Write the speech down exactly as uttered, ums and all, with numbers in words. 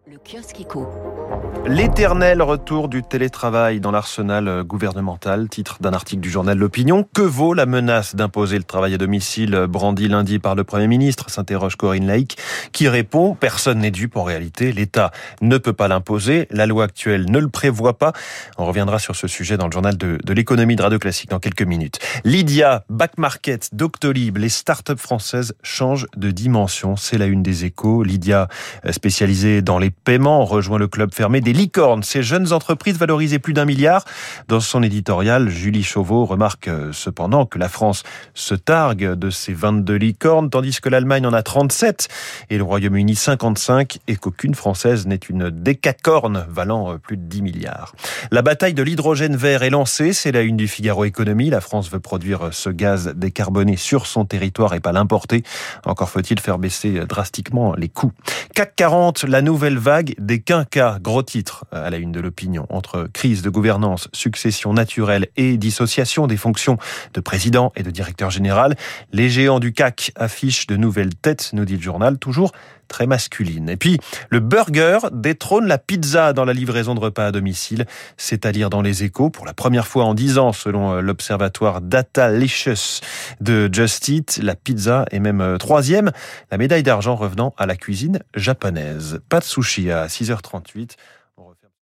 Le kiosque éco. L'éternel retour du télétravail dans l'arsenal gouvernemental, titre d'un article du journal L'Opinion. Que vaut la menace d'imposer le travail à domicile brandie lundi par le Premier ministre, s'interroge Corinne Laïc, qui répond: personne n'est dupe en réalité, l'État ne peut pas l'imposer, la loi actuelle ne le prévoit pas. On reviendra sur ce sujet dans le journal de, de l'économie de Radio Classique dans quelques minutes. Lydia, Back Market, Doctolib, les startups françaises changent de dimension, c'est la une des Échos. Lydia, spécialisée dans les paiements, rejoint le club fermé des licornes, ces jeunes entreprises valorisées plus d'un milliard. Dans son éditorial, Julie Chauveau remarque cependant que la France se targue de ses vingt-deux licornes, tandis que l'Allemagne en a trente-sept et le Royaume-Uni cinquante-cinq, et qu'aucune française n'est une décacorne valant plus de dix milliards. La bataille de l'hydrogène vert est lancée, c'est la une du Figaro Économie. La France veut produire ce gaz décarboné sur son territoire et pas l'importer. Encore faut-il faire baisser drastiquement les coûts. C A C quarante, la nouvelle vague des quinquas, gros titre à la une de l'Opinion. Entre crise de gouvernance, succession naturelle et dissociation des fonctions de président et de directeur général, les géants du C A C affichent de nouvelles têtes, nous dit le journal, toujours très masculine. Et puis, le burger détrône la pizza dans la livraison de repas à domicile. C'est à dire dans les Échos, pour la première fois en dix ans, selon l'observatoire Datalicious de Just Eat, la pizza est même troisième, la médaille d'argent revenant à la cuisine japonaise. Pas de sushi à six heures trente-huit.